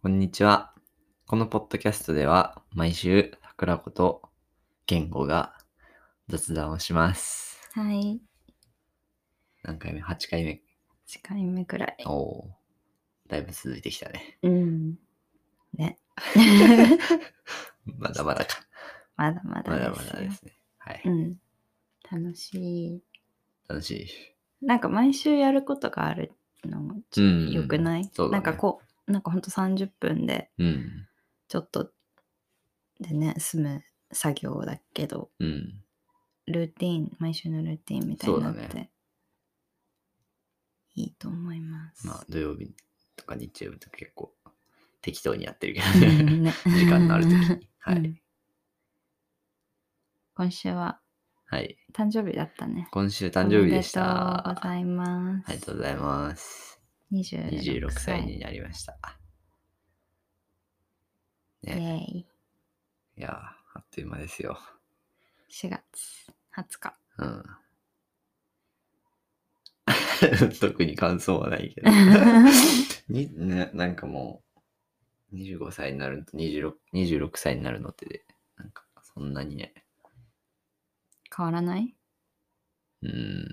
こんにちは。このポッドキャストでは毎週桜子と言語が雑談をします。 はい。 何回目 ?8 回目。 8回目くらい。 おー、だいぶ続いてきたね。 ね。 まだまだか。 まだまだですよ。 まだまだですね。はい。 楽しい。 楽しい。 なんか毎週やることがあるのもよくない？ そうだね。 なんかほんと30分で、ちょっとでね、済む作業だけど、ルーティン、毎週のルーティンみたいになって、いいと思います。 まあ土曜日とか日曜日とか結構適当にやってるけどね。時間のある時に。はい。 今週は誕生日だったね。 今週誕生日でした。 おめでとうございます。 ありがとうございます。26歳になりました。 イェーイ。 いやー、あっという間ですよ。 4月20日。 特に感想はないけど。なんかもう、25歳になるのと26歳になるのってなんかそんなにね。 変わらない？ 変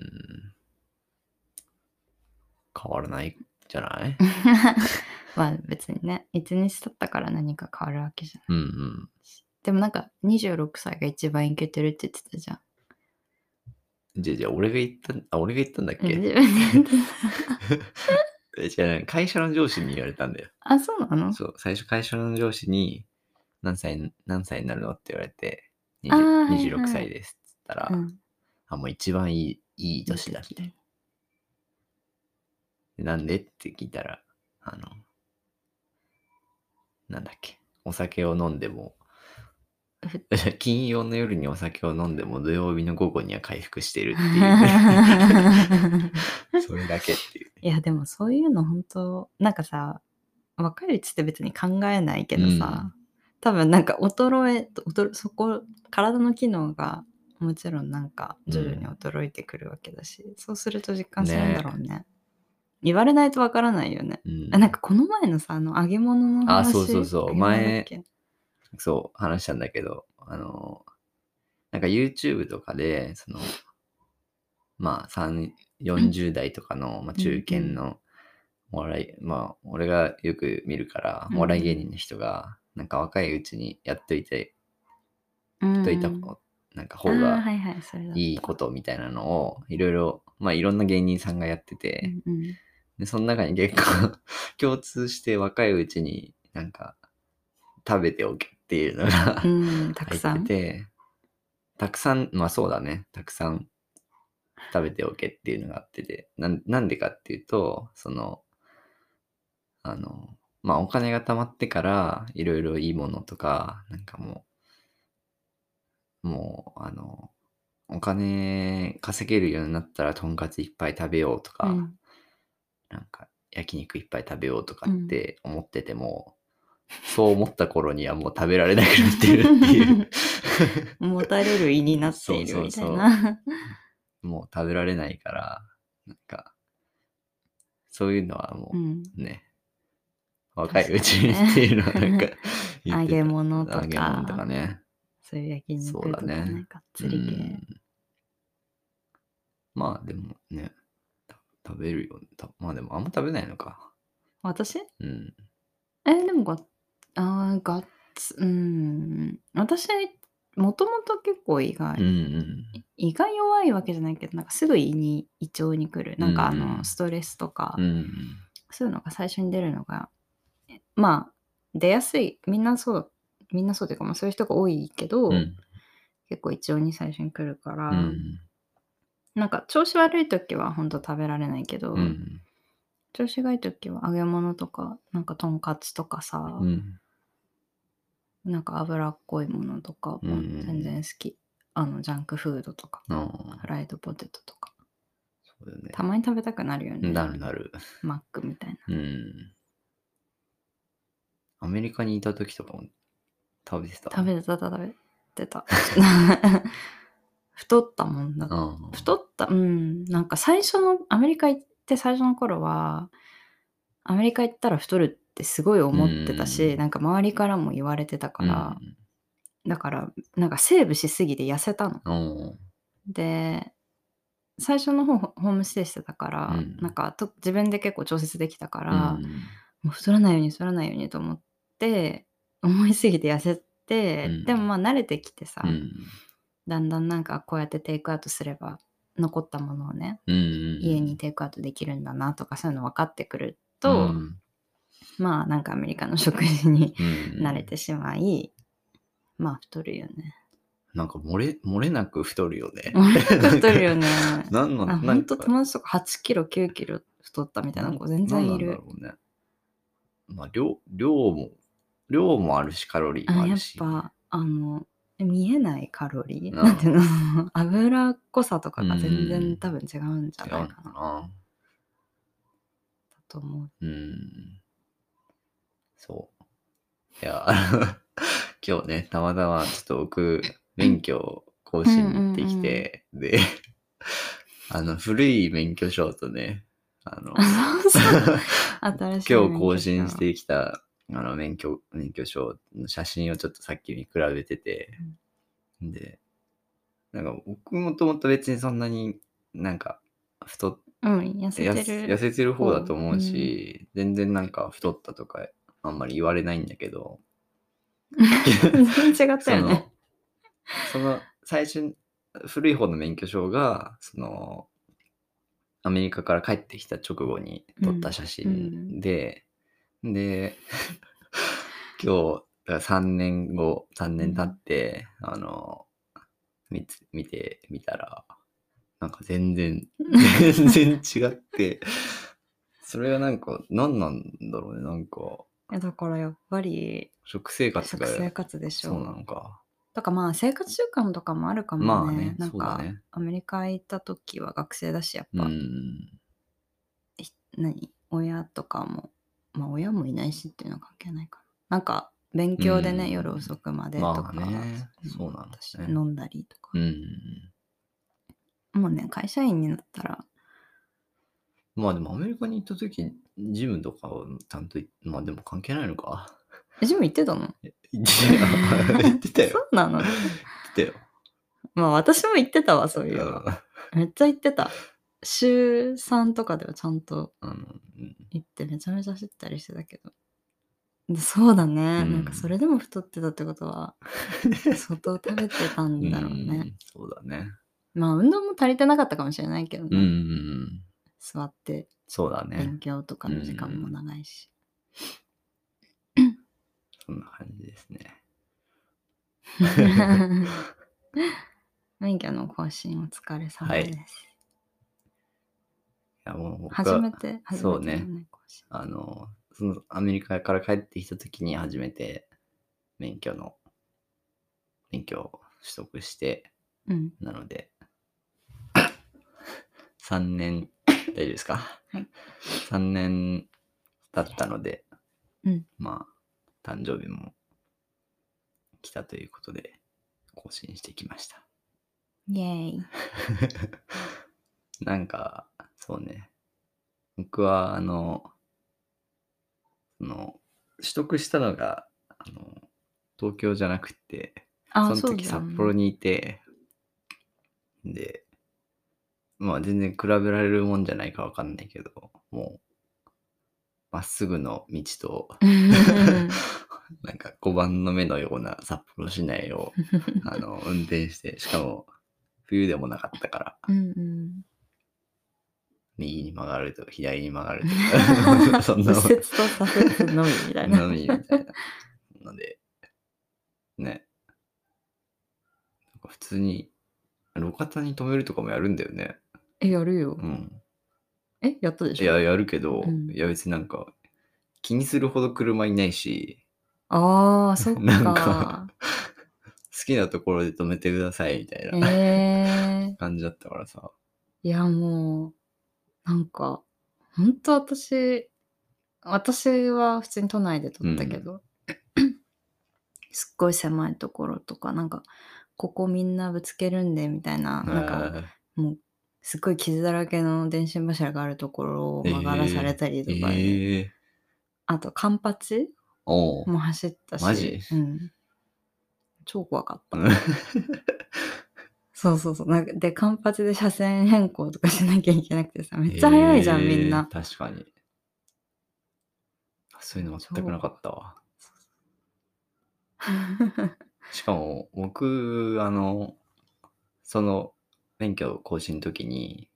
わらないんじゃない？ まあ別にね、1日経ったから何か変わるわけじゃない。でもなんか26歳が一番イケてるって言ってたじゃん。 じゃあ俺が言ったんだっけ？ 自分で言ってた。 じゃあ会社の上司に言われたんだよ。 あ、そうなの？ そう、最初会社の上司に何歳になるのって言われて、26歳ですって言ったら、もう一番いい年だって。なんでって聞いたら、なんだっけ、お酒を飲んでも、金曜の夜にお酒を飲んでも土曜日の午後には回復してるっていう、それだけっていう。 いやでもそういうの本当なんかさ、若いうちって別に考えないけどさ、多分なんかそこ体の機能がもちろんなんか徐々に衰えてくるわけだし、そうすると実感するんだろうね。言われないとわからないよね。なんかこの前のさ、揚げ物の話。 そう。前、そう話したんだけど、なんか YouTube とかで、まあ40代とかの、中堅のお笑い、俺がよく見るから、お笑い芸人の人が、なんか若いうちにやっといたなんか方がいいことみたいなのを、いろいろ、いろんな芸人さんがやってて、で、その中に結構共通して若いうちになんか食べておけっていうのが入ってて、たくさん、そうだね、たくさん食べておけっていうのがあってて、なんでかっていうと、お金が貯まってから、いろいろいいものとか、なんかお金稼げるようになったら、とんかついっぱい食べようとか、なんか、焼肉いっぱい食べようとかって思ってても、そう思った頃にはもう食べられなくなってるっていう。 もたれる胃になっているみたいな。 もう食べられないから、なんか、そういうのはもうね、若いうちにっていうのはなんか揚げ物とかね。 そういう焼肉とかね、がっつり系。 まあでもね、食べるよ。まあでもあんま食べないのか。 私？でも私、もともと結構意外弱いわけじゃないけど、なんかすぐ胃腸に来る。なんかストレスとか、そういうのが最初に出るのが、出やすい。みんなそうというか、そういう人が多いけど、結構胃腸に最初に来るから、なんか調子悪い時はほんと食べられないけど、調子がいい時は揚げ物とか、なんかとんかつとかさ、なんか脂っこいものとかも全然好き。ジャンクフードとか、フライドポテトとか。そうだよね。たまに食べたくなるよね。 なる。 マックみたいな。 アメリカにいた時とかも食べてた。 食べてた。太ったもんだ。なんかアメリカ行って最初の頃は、アメリカ行ったら太るってすごい思ってたし、なんか周りからも言われてたから、だからなんかセーブしすぎて痩せたの。で最初の方ホームステイしてたから、なんか自分で結構調節できたから、もう太らないようにと思って思いすぎて痩せて、でもまあ慣れてきてさ、だんだんなんかこうやってテイクアウトすれば残ったものをね、家にテイクアウトできるんだなとかそういうの分かってくると、まあなんかアメリカの食事に慣れてしまい、まあ太るよね。 なんか漏れなく太るよね。 漏れなく太るよね。 なんなんほんと友達とか8キロ9キロ太ったみたいな子全然いる。 なんだろうね。まあ量もあるしカロリーもあるし。 やっぱ見えないカロリーなんていうの脂っこさとかが全然多分違うんじゃないかな。だと思う。 そう。いや、今日ね、たまたまちょっと僕、免許更新に行ってきて、で、古い免許証とね、 新しい今日更新してきた、免許証の写真をちょっとさっき見比べてて、で、なんか僕もともと別にそんなになんか痩せてる方だと思うし、全然なんか太ったとかあんまり言われないんだけど、 全然違ったよね。 その最初古い方の免許証がアメリカから帰ってきた直後に撮った写真で、で今日3年経って見てみたらなんか全然違ってそれはなんか何なんだろうね。なんかだからやっぱり食生活でしょ。 そうなのか。 とかまあ生活習慣とかもあるかもね。 まあね、 なんか、アメリカ行った時は学生だしやっぱ、親とかもまあ親もいないしっていうのは関係ないかな。なんか勉強でね、夜遅くまでとか、 そうなんだね、飲んだりとか、もうね会社員になったらまあでもアメリカに行った時ジムとかをちゃんとまあでも関係ないのか。 ジム行ってたの？ 行ってたよ。 そうなの？ 行ってたよ。 まあ私も行ってたわ、そういうの。めっちゃ行ってた。週3とかではちゃんと行ってめちゃめちゃ走ったりしてたけど。そうだね、なんかそれでも太ってたってことは相当食べてたんだろうね。 そうだね。 まあ運動も足りてなかったかもしれないけどね。座ってそうだね。 勉強とかの時間も長いし。 そんな感じですね。 免許の更新お疲れ様です。 いやもう僕初めてそうね。そのアメリカから帰ってきた時に初めて免許を取得して、なので3年大丈夫ですか？ はい。 3年経ったので、まあ誕生日も来たということで更新してきました。 イエーイ。 なんかそうね。僕は取得したのが東京じゃなくて、その時札幌にいて、で、まあ全然比べられるもんじゃないかわかんないけど、もうまっすぐの道となんか5番の目のような札幌市内を運転して、しかも冬でもなかったから、右に曲がるとか左に曲がるとかそんな右折と左折のみみたいなのでね、なんか普通に路肩に止めるとかもやるんだよね。 やるよ。やったでしょ？ いや、やるけど、いや別になんか気にするほど車いないし、 ああ、そっか。 なんか好きなところで止めてくださいみたいな、感じだったからさ。 いやもうなんかほんと私は普通に都内で撮ったけど、すっごい狭いところとかなんかここみんなぶつけるんでみたいな、なんかもうすっごい傷だらけの電信柱があるところを曲がらされたりとかで、 あとカンパチも走ったし。 マジ？ うん。超怖かった。そうそうそう。なんかで、カンパチで車線変更とかしなきゃいけなくてさ、めっちゃ速いじゃん、みんな。 確かに。そういうの全くなかったわ。しかも、僕、その免許更新の時に、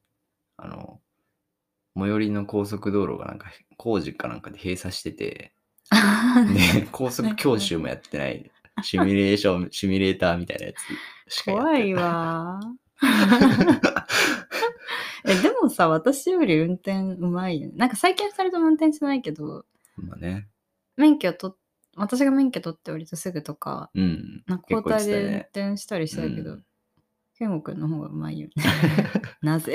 最寄りの高速道路がなんか工事かなんかで閉鎖してて、で、高速教習もやってない、シミュレーターみたいなやつしかやってない。 怖いわ。でもさ、私より運転うまいよね。なんか最近2人とも運転してないけど、 まあね。 私が免許取って割とすぐとか、なんか交代で運転したりしたけど、健吾くんの方がうまいよね。なぜ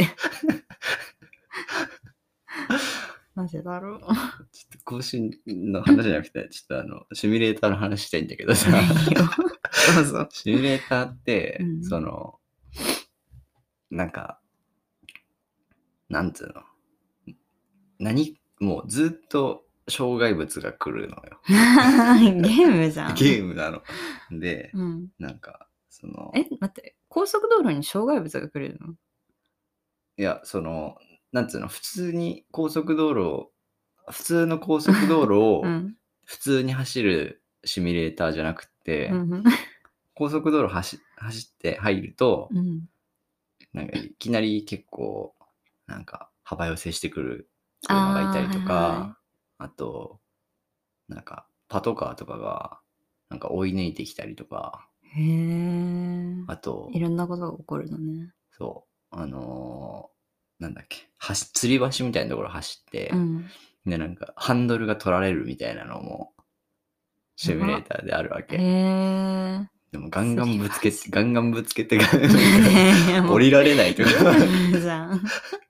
なぜだろう。ちょっと更新の話じゃなくて、ちょっとシミュレーターの話したいんだけどさ。 どうぞ。 シミュレーターって、なんか、なんつうの。もうずっと障害物が来るのよ。 ゲームじゃん。 ゲームなの。で、なんか、 待って、高速道路に障害物が来るの？ いや、なんつうの、普通の高速道路を普通に走るシミュレーターじゃなくて、高速道路走って入ると、なんかいきなり結構、なんか幅寄せしてくる車がいたりとか、あと、なんかパトカーとかが、なんか追い抜いてきたりとか、あと、 いろんなことが起こるのね。 そう、なんだっけ、吊り橋みたいなところ走って、で、なんかハンドルが取られるみたいなのも、シミュレーターであるわけ。でもガンガンぶつけて、降りられないとか。 じゃん。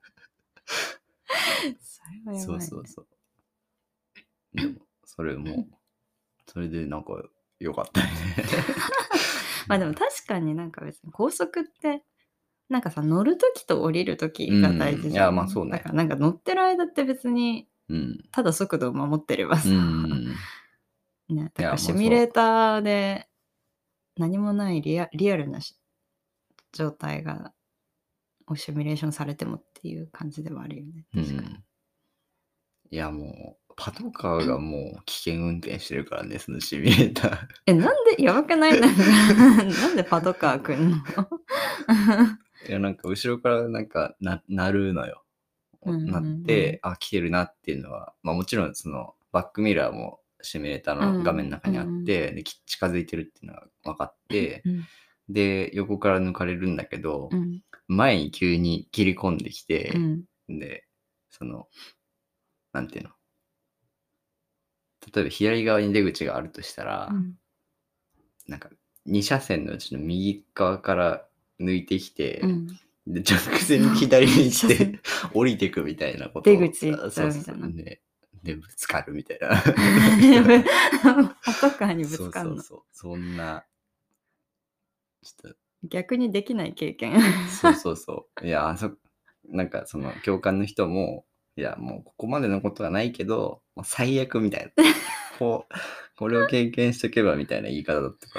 そうそうそう。でも、それでなんか良かったね。 まあでも確かになんか別に高速って、なんかさ、乗るときと降りるときが大事じゃん。 いや、まあそうね。 だからなんか乗ってる間って別に、ただ速度を守ってればさ、ね、だからシミュレーターで何もないリアルな状態をシミュレーションされてもっていう感じではあるよね。確かに。 いやもう、パトカーがもう危険運転してるからね、そのシミュレーター。なんでやばくないなんでパトカー来んのいや、なんか後ろからなんか鳴るのよ。鳴って、来てるなっていうのは、まあもちろんそのバックミラーもシミュレーターの画面の中にあって、で近づいてるっていうのが分かって、で、横から抜かれるんだけど、前に急に切り込んできて、で、なんていうの。例えば左側に出口があるとしたら、なんか2車線のうちの右側から抜いてきて、で直線左に行って降りてくみたいなことを。 出口行っちゃうみたいな。 で、ぶつかるみたいな。 パトカーにぶつかるの。 そう。そんな、 ちょっと。逆にできない経験。 そう。いや、なんかその教官の人も、いや、もうここまでのことはないけど、もう最悪みたいな。これを経験しとけばみたいな言い方だったから、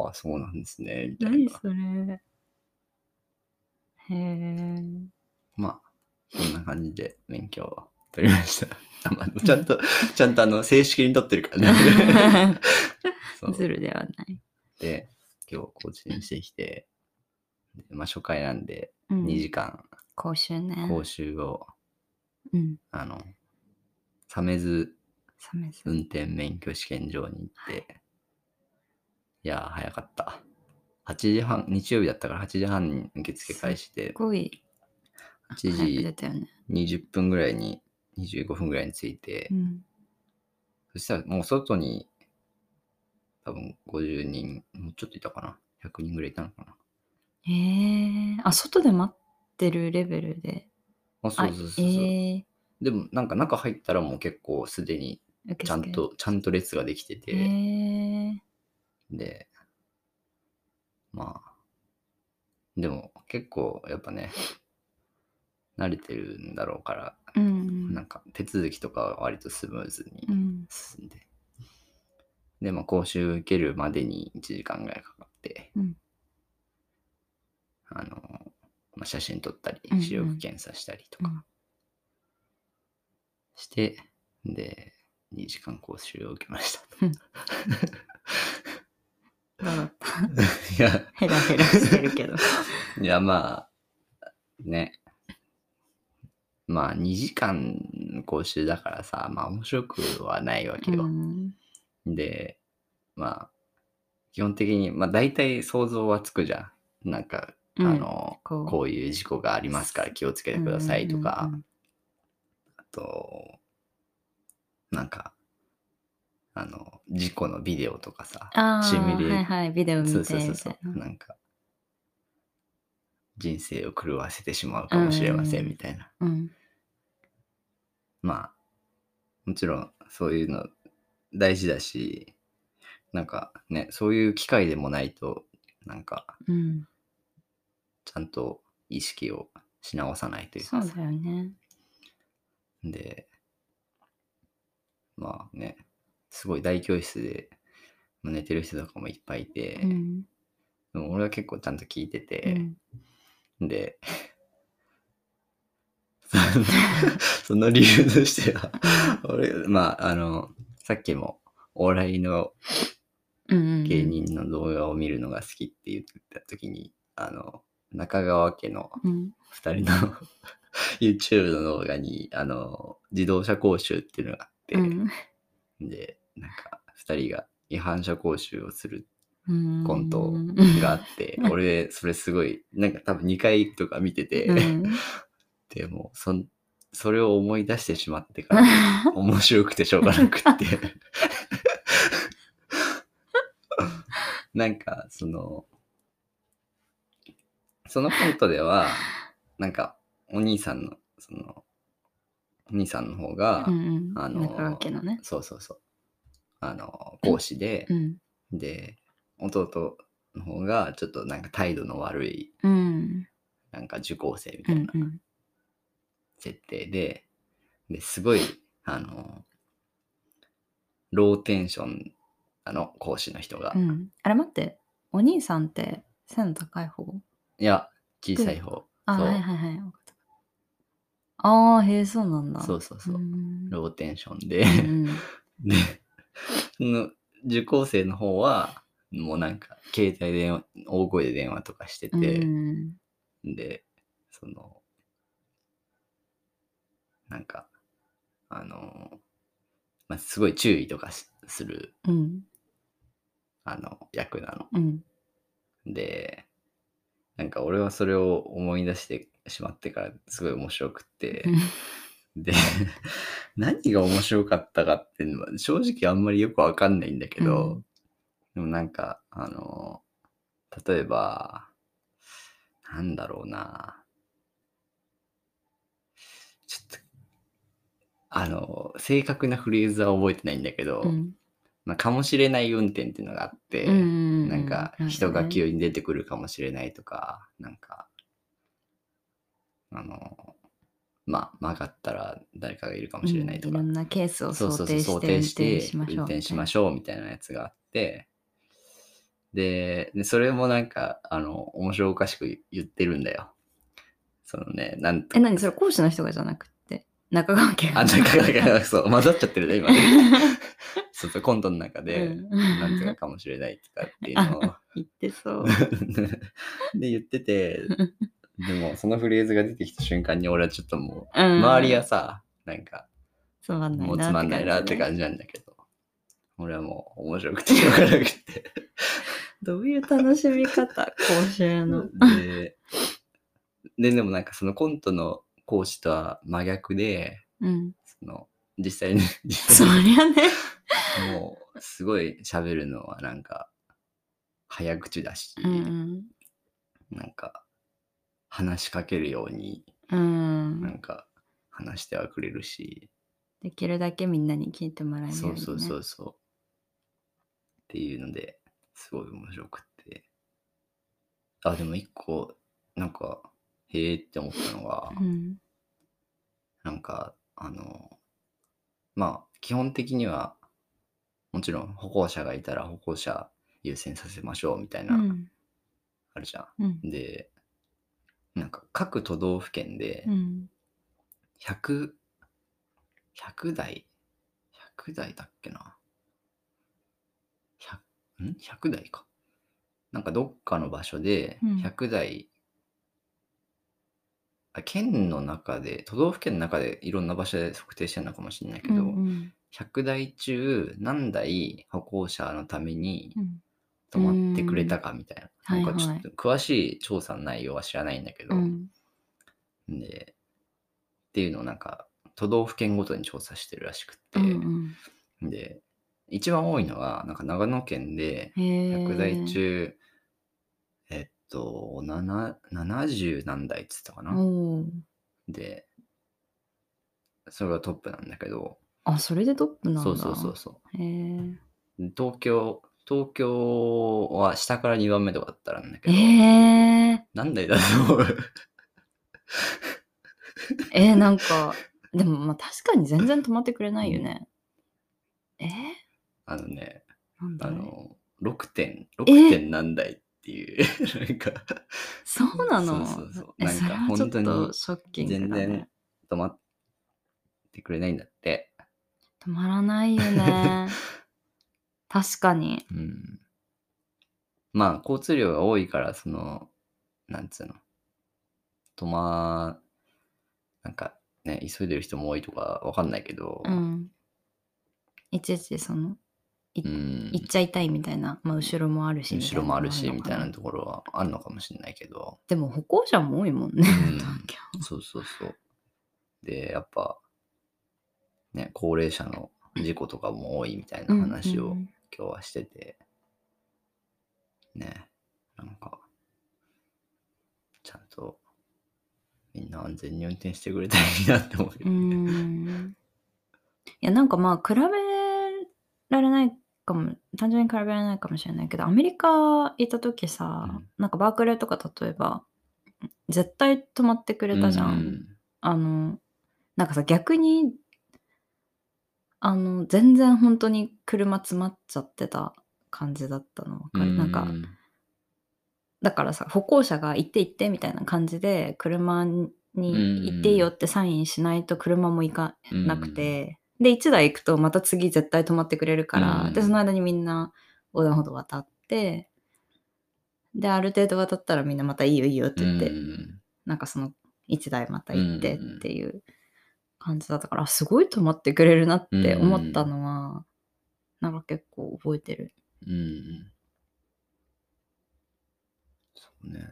あ、そうなんですね、みたいな。 何それ。へえ。 まあ、こんな感じで勉強を取りました。ちゃんと正式に取ってるからね。 ズルではない。 で、今日更新してきて、まあ初回なんで2時間、 講習ね。 講習を、鮫洲運転免許試験場に行って、いやー早かった。8時半、日曜日だったから8時半に受付開始で、 すごい 8時20分ぐらいに、25分ぐらいに着いて、そしたらもう外に多分50人、もうちょっといたかな。100人ぐらいいたのかな。 外で待ってるレベルで。 そう。でもなんか中入ったらもう結構すでにちゃんと列ができてて、で、まあ、でも結構やっぱね、慣れてるんだろうから、 なんか手続きとかは割とスムーズに進んで、で、まあ、講習受けるまでに1時間ぐらいかかって、まあ、写真撮ったり、視力検査したりとかして、で、2時間講習を受けました。 どうだった？ いや、 ヘラヘラしてるけど。 いや、まあ、ね。まあ、2時間講習だからさ、まあ、面白くはないわけよ。で、まあ、基本的に、まあ、大体想像はつくじゃん。なんか、こういう事故がありますから気をつけてくださいとか、あと、なんか、事故のビデオとかさ、 シミュレーション、ビデオ見てみたいな。 なんか、人生を狂わせてしまうかもしれませんみたいな。まあ、もちろんそういうの大事だし、なんかね、そういう機会でもないと、なんか、ちゃんと意識をし直さないというかさ。 そうだよね。 で、まあね、すごい大教室で寝てる人とかもいっぱいいて、でも俺は結構ちゃんと聞いてて、で、その理由としては、俺、まあ、さっきもお笑いの芸人の動画を見るのが好きって言ってた時に、中川家の2人のYouTube の動画に、自動車講習っていうのがあって、で、なんか2人が違反車講習をするコントがあって、俺、それすごい、なんか多分2回とか見てて、でもそれを思い出してしまってから面白くてしょうがなくってなんかそのコントではなんかお兄さんの方が、 中川家のね、 そう講師で、で弟の方がちょっとなんか態度の悪い、なんか受講生みたいな設定ですごいローテンション講師の人が、 あれ待って、お兄さんって背の高い方？ いや小さい方。 はいはいはい、分かった。ああ、へえ、そうなんだ。 そうローテンションででその受講生の方はもうなんか携帯電話大声で電話とかしてて、でなんかまあ、すごい注意とかする、役なの、でなんか俺はそれを思い出してしまってからすごい面白くってで何が面白かったかっていうのは正直あんまりよくわかんないんだけど、でもなんか例えばなんだろうな、ちょっと正確なフレーズは覚えてないんだけど、まあ、かもしれない運転っていうのがあって、なんか人が急に出てくるかもしれないとか、なんかまあ曲がったら誰かがいるかもしれないとか、 いろんなケースを想定して運転しましょうみたいなやつがあって、でそれもなんか面白おかしく言ってるんだよ。 何それ講師の人がじゃなくて中川家が。 中川家がそう混ざっちゃってるね今ね。コントの中で、なんとかかもしれないとかっていうのを言ってそうで言ってて、でもそのフレーズが出てきた瞬間に俺はちょっともう周りはさ、なんかもうつまんないなって感じなんだけど、俺はもう面白くてしょうがなくてどういう楽しみ方講習のでもなんかそのコントの講師とは真逆で、実際にそりゃねもうすごい喋るのはなんか早口だし、なんか話しかけるように、なんか話してはくれるし、 できるだけみんなに聞いてもらえるようにね。 そうっていうのですごい面白くってでも一個なんかへえって思ったのが、なんかまあ基本的にはもちろん歩行者がいたら歩行者優先させましょうみたいな、あるじゃん。で、なんか各都道府県で100台だっけな。100台か。なんかどっかの場所で100台、県の中で、都道府県の中でいろんな場所で測定してるのかもしれないけど、100台中何台歩行者のために止まってくれたかみたいな。なんかちょっと詳しい調査の内容は知らないんだけど、で、っていうのをなんか都道府県ごとに調査してるらしくって、で、一番多いのはなんか長野県で100台中、70何台っつったかな。で、それがトップなんだけど。 あ、それでトップなんだ。 そう。東京は下から2番目とかだったらなんだけど。何台だと思う？ なんか、でもまあ確かに全然止まってくれないよね。 6点何台っていう、なんか。 そうなの？ そう。なんか本当に全然止まってくれないんだって。 止まらないよね。確かに。 まあ交通量が多いからなんつうの、なんかね、急いでる人も多いとかわかんないけど、 いちいち行っちゃいたいみたいな、まあ後ろもあるしみたいなところはあるのかもしれないけど、 でも歩行者も多いもんね。 そう。で、やっぱね、高齢者の事故とかも多いみたいな話を今日はしてて、ね、なんかちゃんとみんな安全に運転してくれたらいいなって思うけどね。 いや、なんかまあ比べられないかも、単純に比べられないかもしれないけど、アメリカ行った時さ、なんかバークレーとか例えば絶対止まってくれたじゃん。なんかさ、逆に全然本当に車詰まっちゃってた感じだったの分かる？なんかだからさ、歩行者が行ってみたいな感じで車に行っていいよってサインしないと車も行かなくて、で1台行くとまた次絶対止まってくれるから、でその間にみんな横断歩道渡って、である程度渡ったらみんなまたいいよって言って、なんかその1台また行ってっていう感じだったから、すごい止まってくれるなって思ったのは、なんか結構覚えてる。 そうね。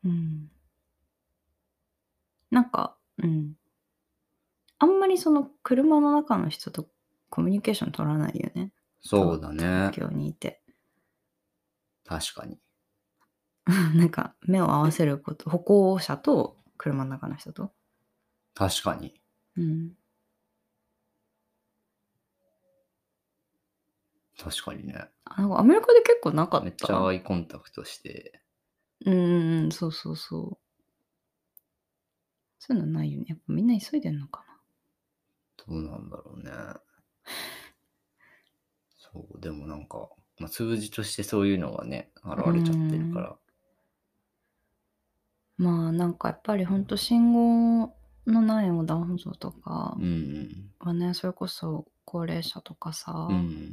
なんか、あんまりその車の中の人とコミュニケーション取らないよね。 そうだね。 東京にいて。 確かに。 なんか目を合わせること、歩行者と車の中の人と。 確かに。確かにね。 なんかアメリカで結構なかった。 めっちゃアイコンタクトして。 そう。そういうのないよね。やっぱみんな急いでんのかな。 どうなんだろうね。そう、でもなんか、まあ、数字としてそういうのがね、現れちゃってるから。 まあなんかやっぱりほんと信号のない横断歩道とかはね、それこそ高齢者とかさ、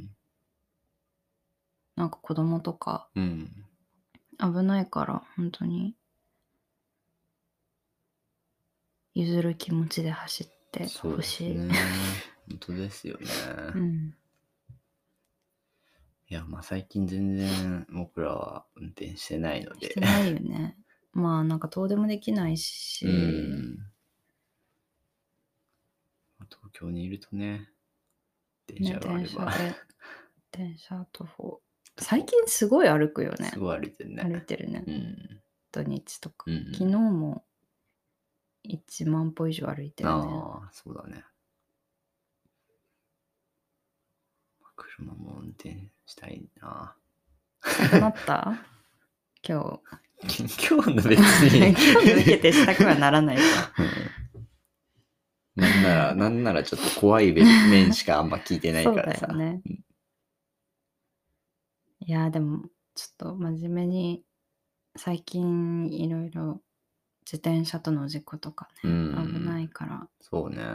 なんか子供とか、危ないから本当に譲る気持ちで走ってほしい。 そうですね。本当ですよね。いや、まあ最近全然僕らは運転してないので。 してないよね。まあなんか遠出もできないし。 東京にいるとね、電車があれば。 電車徒歩。最近すごい歩くよね。 すごい歩いてるね。 歩いてるね。土日とか。昨日も1万歩以上歩いてるね。 ああ、そうだね。車も運転したいな。 したくなった今日の別に。 今日の受けてしたくはならないか。 なんならちょっと怖い面しかあんま聞いてないからさ。 そうだよね。いや、でも、ちょっと真面目に、最近いろいろ自転車との事故とかね、危ないから。 そうね。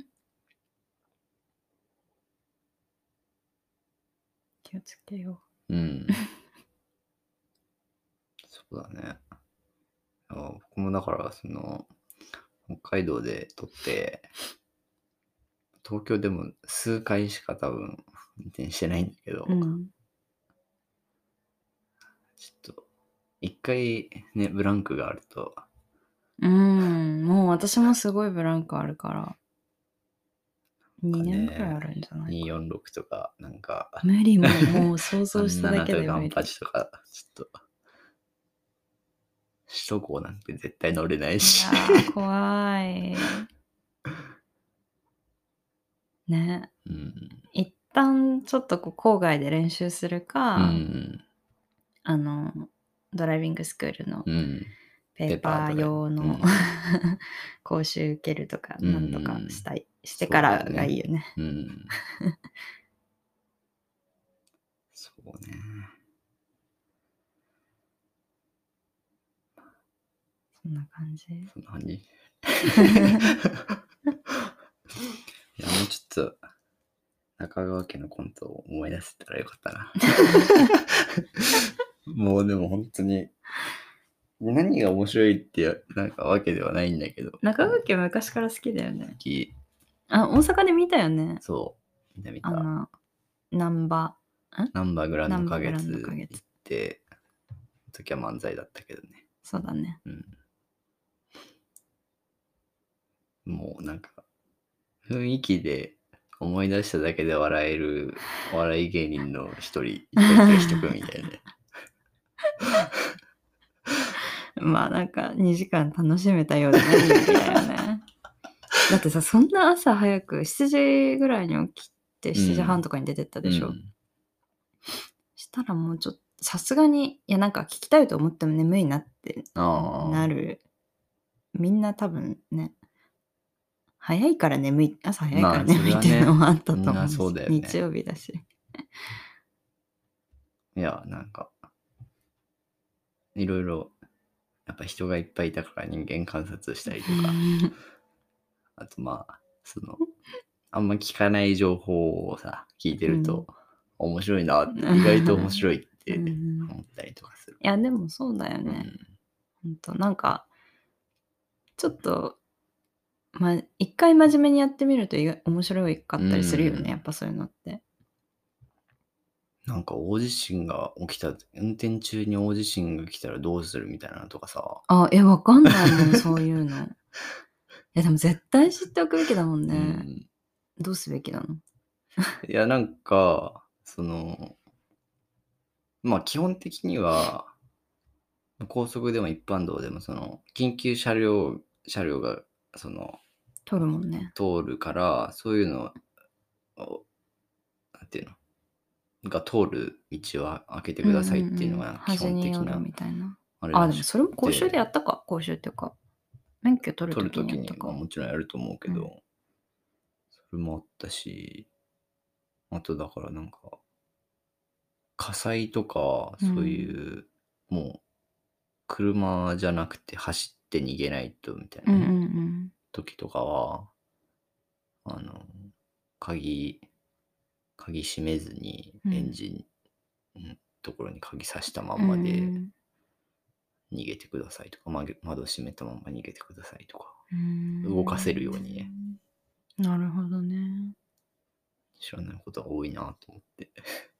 気をつけよう。そうだね。僕もだから、北海道で撮って、東京でも数回しか多分運転してないんだけど、ちょっと、一回ね、ブランクがあると。 もう私もすごいブランクあるから。2年くらいあるんじゃないかな。 246とか、なんか。 無理もう想像しただけで無理。 37とか、ちょっと。首都高なんて絶対乗れないし。 いやー、怖い。ね。一旦ちょっと郊外で練習するか、ドライビングスクールのペーパー用の講習受けるとか、なんとかしてからがいいよね。 そうね。 そんな感じ。 そんな感じ。いや、もうちょっと、中川家のコントを思い出せたらよかったな。もうでも本当に、何が面白いってなんかわけではないんだけど。 中川家昔から好きだよね。 好き。 大阪で見たよね。 そう。見た。 ナンバグランド花月行って、時は漫才だったけどね。 そうだね。 もうなんか、雰囲気で思い出しただけで笑えるお笑い芸人の一組みたいなね。 まあなんか2時間楽しめたようでないんだよね。だってさ、そんな朝早く7時ぐらいに起きて7時半とかに出てったでしょ。したらもうちょっとさすがに、いやなんか聞きたいと思っても眠いなってなる。みんな多分ね、早いから眠い、朝早いから眠いっていうのもあったと思うし、 そうだよね。 日曜日だし。 いや、なんか、いろいろ、やっぱ人がいっぱいいたから人間観察したりとか、あとまあ、あんま聞かない情報をさ、聞いてると、面白いなって、意外と面白いって思ったりとかする。 いや、でもそうだよね。ほんと、なんか、ちょっと、一回真面目にやってみると面白かったりするよね、やっぱそういうのって。 なんか大地震が起きた、運転中に大地震が来たらどうするみたいなのとかさ。 わかんないもん、そういうの。でも絶対知っておくべきだもんね。どうすべきなの？ いや、なんか、まあ基本的には、高速でも一般道でも緊急車両が、 通るもんね。 通るから、そういうのを、なんていうのが通る道は開けてくださいっていうのが基本的な。 みたいな。でもそれも講習でやったか。講習っていうか、免許取るときにやったか。 もちろんやると思うけど、それもあったし、あとだからなんか、火災とか、そういう、もう、車じゃなくて走って逃げないとみたいな時とかは、鍵閉めずにエンジンところに鍵さしたまんまで逃げてくださいとか、窓閉めたまま逃げてくださいとか、動かせるようにね。 なるほどね。 知らないことが多いなと思って。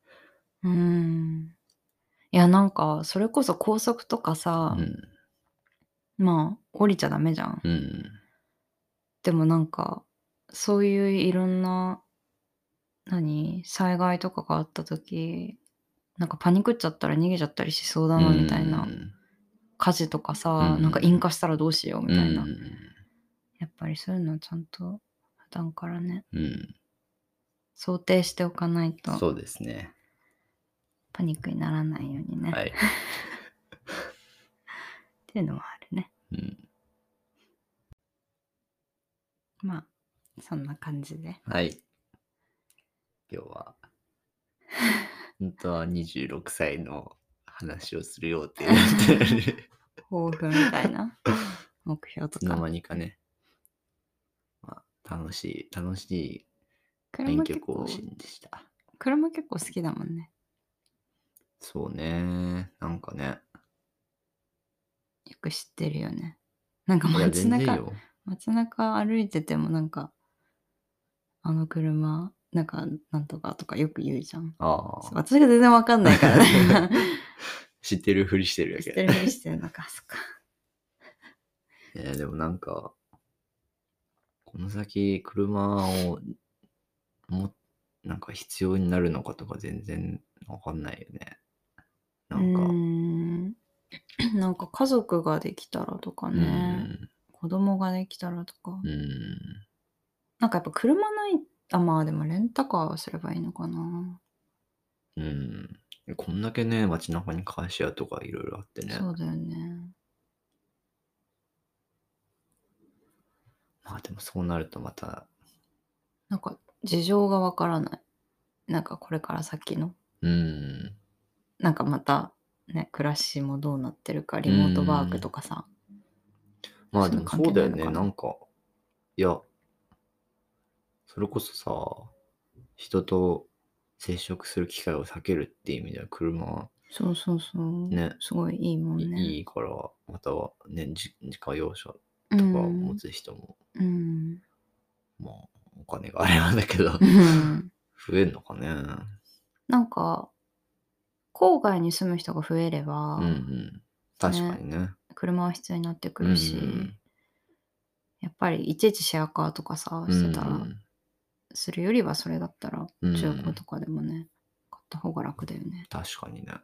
いや、なんか、それこそ高速とかさ、まあ、降りちゃダメじゃん。でもなんか、そういういろんな、災害とかがあった時、なんかパニクっちゃったら逃げちゃったりしそうだな、みたいな。火事とかさ、なんか引火したらどうしよう、みたいな。やっぱりそういうのはちゃんと、普段からね、想定しておかないと。 そうですね。 パニックにならないようにね。 はい。 っていうのはあるね。まあ、 そんな感じで。 はい。今日は、本当は26歳の話をするよって言ってる。 抱負みたいな目標とか。 いつの間にかね、まあ、楽しい免許更新でした。 車結構好きだもんね。 そうね。なんかね。 よく知ってるよね。なんかいや、全然いいよ。 街中歩いててもなんか、あの車、なんか、なんとかとかよく言うじゃん。 ああ。 私が全然わかんないからね。 知ってるふりしてるやけ知ってるふりしてるのか、そっか。 でもなんか、この先車をなんか必要になるのかとか全然わかんないよね。なんか。 なんか家族ができたらとかね。子供ができたらとか。なんかやっぱ車ない、まあでもレンタカーすればいいのかな。 こんだけね、街中にカーシェアとかいろいろあってね。 そうだよね。 まあでもそうなるとまた。 なんか事情がわからない。なんかこれから先の。なんかまたね、暮らしもどうなってるか、リモートワークとかさ。 まあでもそうだよね。なんか、いや、それこそさ、人と接触する機会を避けるっていう意味では車そうそうそう。ね。すごいいいもんね。 いいから、またはね、自家用車とか持つ人も、まあ、お金があればだけど、増えんのかね。 なんか、郊外に住む人が増えれば、 確かにね。 車は必要になってくるし、やっぱりいちいちシェアカーとかさ、してたら、するよりはそれだったら、中古とかでもね、買った方が楽だよね。 確かにね。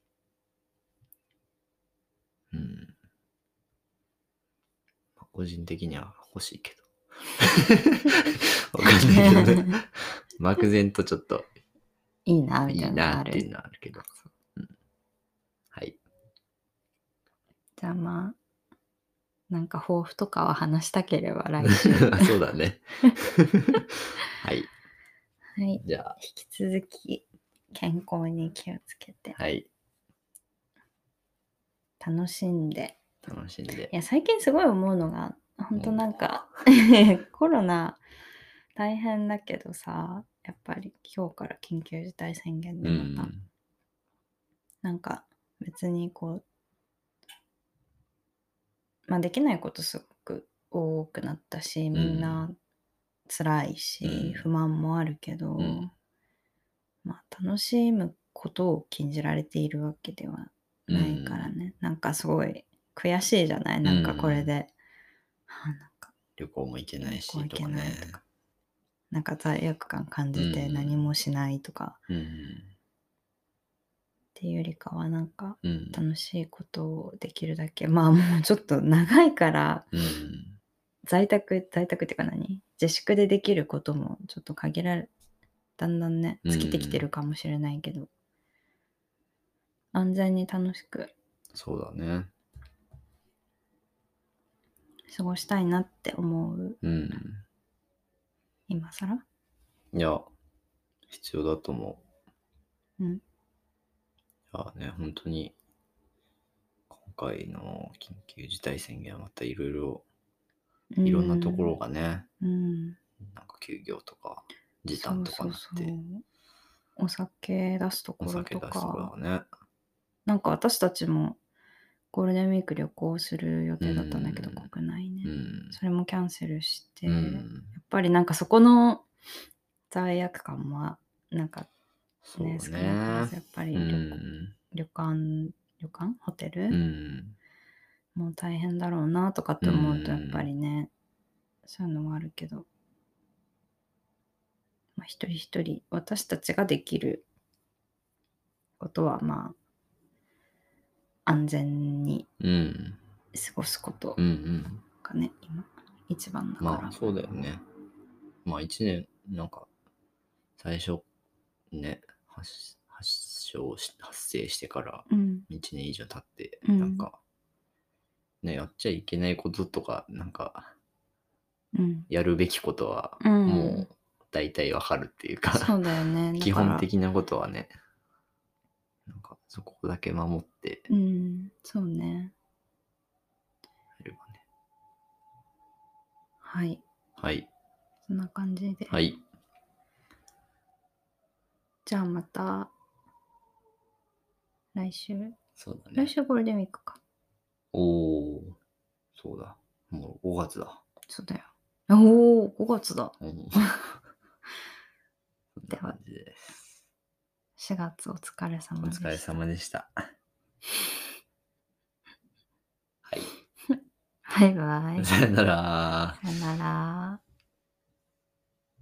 個人的には欲しいけど。わかんないけどね。漠然とちょっといいな、みたいいいななっていうのはあるけど。はい。 じゃあまあ、なんか抱負とかは話したければ来週。 そうだね。はい。 はい。 じゃあ。 引き続き健康に気をつけて。 はい。 楽しんで。いや、最近すごい思うのが、本当なんか、コロナ大変だけどさ、やっぱり今日から緊急事態宣言でまた、なんか別にこう、まあできないことすごく多くなったし、みんな辛いし、不満もあるけど、まあ楽しむことを禁じられているわけではないからね。なんかすごい悔しいじゃない？なんかこれで。 なんか旅行も行けないしとかね。 なんか罪悪感感じて何もしないとか。っていうよりかはなんか楽しいことをできるだけ、まあもうちょっと長いから、在宅っていうか自粛でできることもちょっと限られ、だんだんね、尽きてきてるかもしれないけど、安全に楽しく。 そうだね。 過ごしたいなって思う。今更？ いや、必要だと思う。いやね、本当に、今回の緊急事態宣言はまたいろいろんなところがね、なんか休業とか時短とかなって、 お酒出すところとか、 ね、 なんか私たちもゴールデンウィーク旅行する予定だったんだけど、国内ね、それもキャンセルして、やっぱりなんかそこの罪悪感もなんかね、少なからずやっぱり旅館ホテル、もう大変だろうなとかって思うとやっぱりね、そういうのもあるけど、まあ、一人一人私たちができることはまあ安全に過ごすことがね、今一番だから。 まあそうだよね。まあ1年なんか最初ね発生してから1年以上経って、なんかねやっちゃいけないこととかなんかやるべきことはもう大体わかるっていうか、 そうだよね。 基本的なことはね、なんかそこだけ守って、 そうね。 やればね。 はい。 はい。 そんな感じで。 はい。 じゃあまた来週。 そうだね。 来週ゴールデンウィークか。 おー、そうだ。もう5月だ。 そうだよ。おー、5月だ。 では、です。 4月お疲れ様でした。 お疲れ様でした。はい。 バイバイ。 さよなら。 さよなら。